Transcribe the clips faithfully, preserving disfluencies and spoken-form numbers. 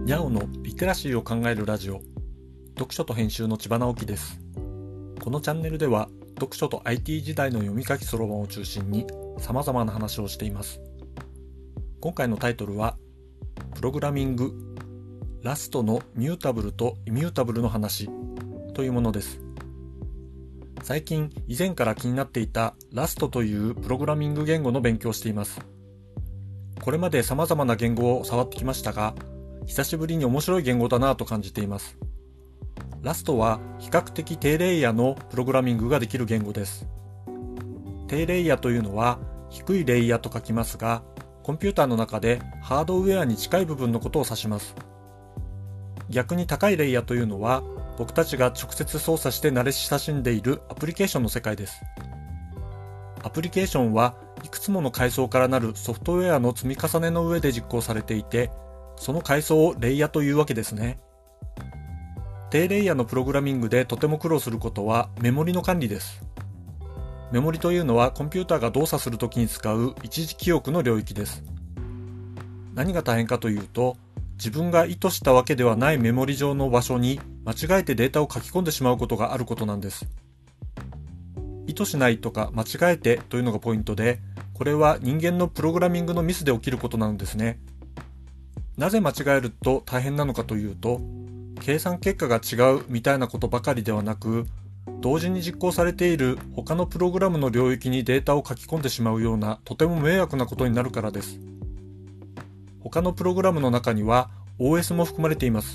にゃおのリテラシーを考えるラジオ、読書と編集の千葉直樹です。このチャンネルでは読書と アイティー 時代の読み書きそろばんを中心に様々な話をしています。今回のタイトルはプログラミングラストのミュータブルとイミュータブルの話というものです。最近以前から気になっていたラストというプログラミング言語の勉強をしています。これまで様々な言語を触ってきましたが、久しぶりに面白い言語だなと感じています。ラストは比較的低レイヤーのプログラミングができる言語です。低レイヤーというのは低いレイヤーと書きますが、コンピューターの中でハードウェアに近い部分のことを指します。逆に高いレイヤーというのは僕たちが直接操作して慣れ親しんでいるアプリケーションの世界です。アプリケーションはいくつもの階層からなるソフトウェアの積み重ねの上で実行されていて、その階層をレイヤーというわけですね。低レイヤーのプログラミングでとても苦労することはメモリの管理です。メモリというのはコンピューターが動作するときに使う一時記憶の領域です。何が大変かというと、自分が意図したわけではないメモリ上の場所に間違えてデータを書き込んでしまうことがあることなんです。意図しないとか間違えてというのがポイントで、これは人間のプログラミングのミスで起きることなのですね。なぜ間違えると大変なのかというと、計算結果が違うみたいなことばかりではなく、同時に実行されている他のプログラムの領域にデータを書き込んでしまうようなとても迷惑なことになるからです。他のプログラムの中には オーエス も含まれています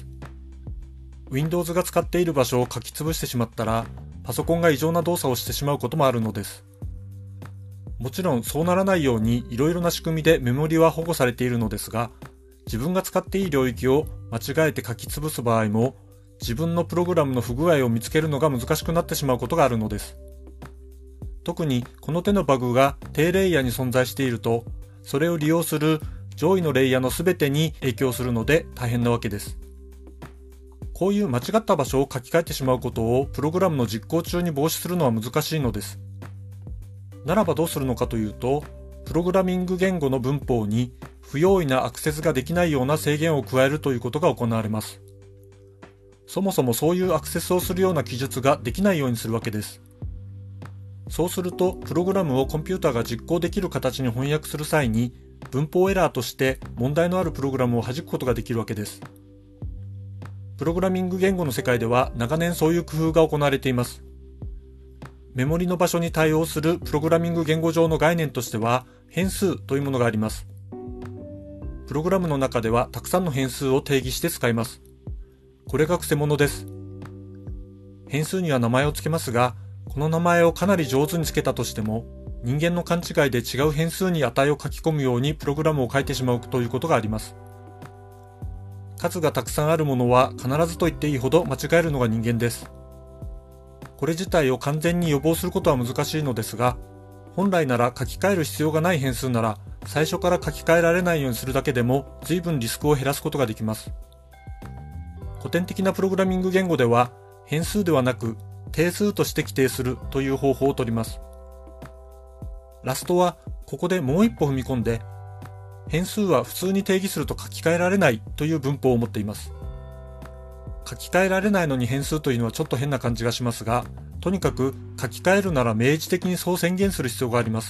。Windows が使っている場所を書き潰してしまったら、パソコンが異常な動作をしてしまうこともあるのです。もちろんそうならないようにいろいろな仕組みでメモリは保護されているのですが、自分が使っていい領域を間違えて書き潰す場合も、自分のプログラムの不具合を見つけるのが難しくなってしまうことがあるのです。特にこの手のバグが低レイヤーに存在していると、それを利用する上位のレイヤーの全てに影響するので大変なわけです。こういう間違った場所を書き換えてしまうことをプログラムの実行中に防止するのは難しいのです。ならばどうするのかというと、プログラミング言語の文法に不用意なアクセスができないような制限を加えるということが行われます。そもそもそういうアクセスをするような記述ができないようにするわけです。そうすると、プログラムをコンピューターが実行できる形に翻訳する際に、文法エラーとして問題のあるプログラムを弾くことができるわけです。プログラミング言語の世界では長年そういう工夫が行われています。メモリの場所に対応するプログラミング言語上の概念としては、変数というものがあります。プログラムの中ではたくさんの変数を定義して使います。これがくせ者です。変数には名前を付けますが、この名前をかなり上手に付けたとしても、人間の勘違いで違う変数に値を書き込むようにプログラムを書いてしまうということがあります。数がたくさんあるものは必ずと言っていいほど間違えるのが人間です。これ自体を完全に予防することは難しいのですが、本来なら書き換える必要がない変数なら、最初から書き換えられないようにするだけでも随分リスクを減らすことができます。古典的なプログラミング言語では、変数ではなく定数として規定するという方法をとります。ラストはここでもう一歩踏み込んで、変数は普通に定義すると書き換えられないという文法を持っています。書き換えられないのに変数というのはちょっと変な感じがしますが、とにかく書き換えるなら明示的にそう宣言する必要があります。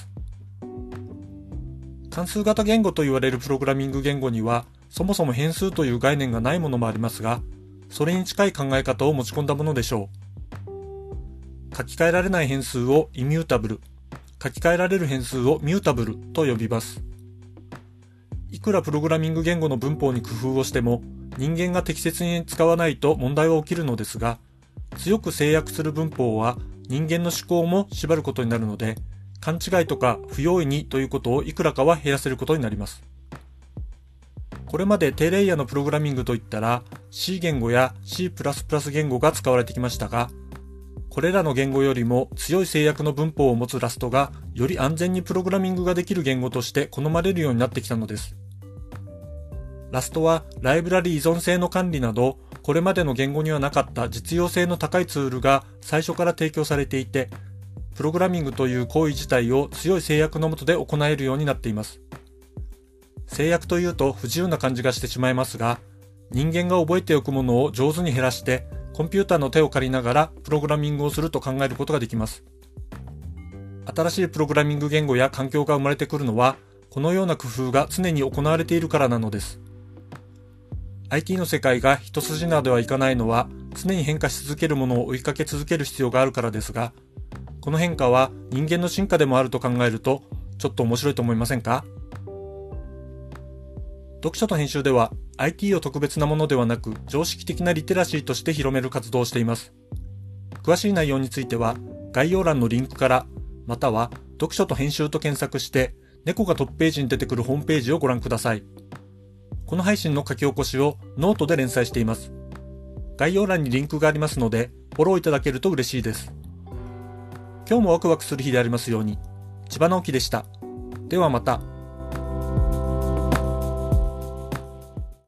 関数型言語と言われるプログラミング言語には、そもそも変数という概念がないものもありますが、それに近い考え方を持ち込んだものでしょう。書き換えられない変数をイミュータブル、書き換えられる変数をミュータブルと呼びます。いくらプログラミング言語の文法に工夫をしても、人間が適切に使わないと問題は起きるのですが、強く制約する文法は人間の思考も縛ることになるので、勘違いとか不用意にということをいくらかは減らせることになります。これまで低レイヤーのプログラミングといったら C 言語や シープラスプラス 言語が使われてきましたが、これらの言語よりも強い制約の文法を持つラストがより安全にプログラミングができる言語として好まれるようになってきたのです。ラストはライブラリ依存性の管理など、これまでの言語にはなかった実用性の高いツールが最初から提供されていて、プログラミングという行為自体を強い制約の下で行えるようになっています。制約というと不自由な感じがしてしまいますが、 人間が覚えておくものを上手に減らして、コンピューターの手を借りながらプログラミングをすると考えることができます。新しいプログラミング言語や環境が生まれてくるのは、このような工夫が常に行われているからなのです。アイティー の世界が一筋縄ではいかないのは、常に変化し続けるものを追いかけ続ける必要があるからですが、この変化は人間の進化でもあると考えると、ちょっと面白いと思いませんか？読書と編集では アイティー を特別なものではなく常識的なリテラシーとして広める活動をしています。詳しい内容については概要欄のリンクからまたは読書と編集と検索して猫がトップページに出てくるホームページをご覧ください。この配信の書き起こしをノートで連載しています。概要欄にリンクがありますのでフォローいただけると嬉しいです。今日もワクワクする日でありますように。千葉直樹でした。ではまた。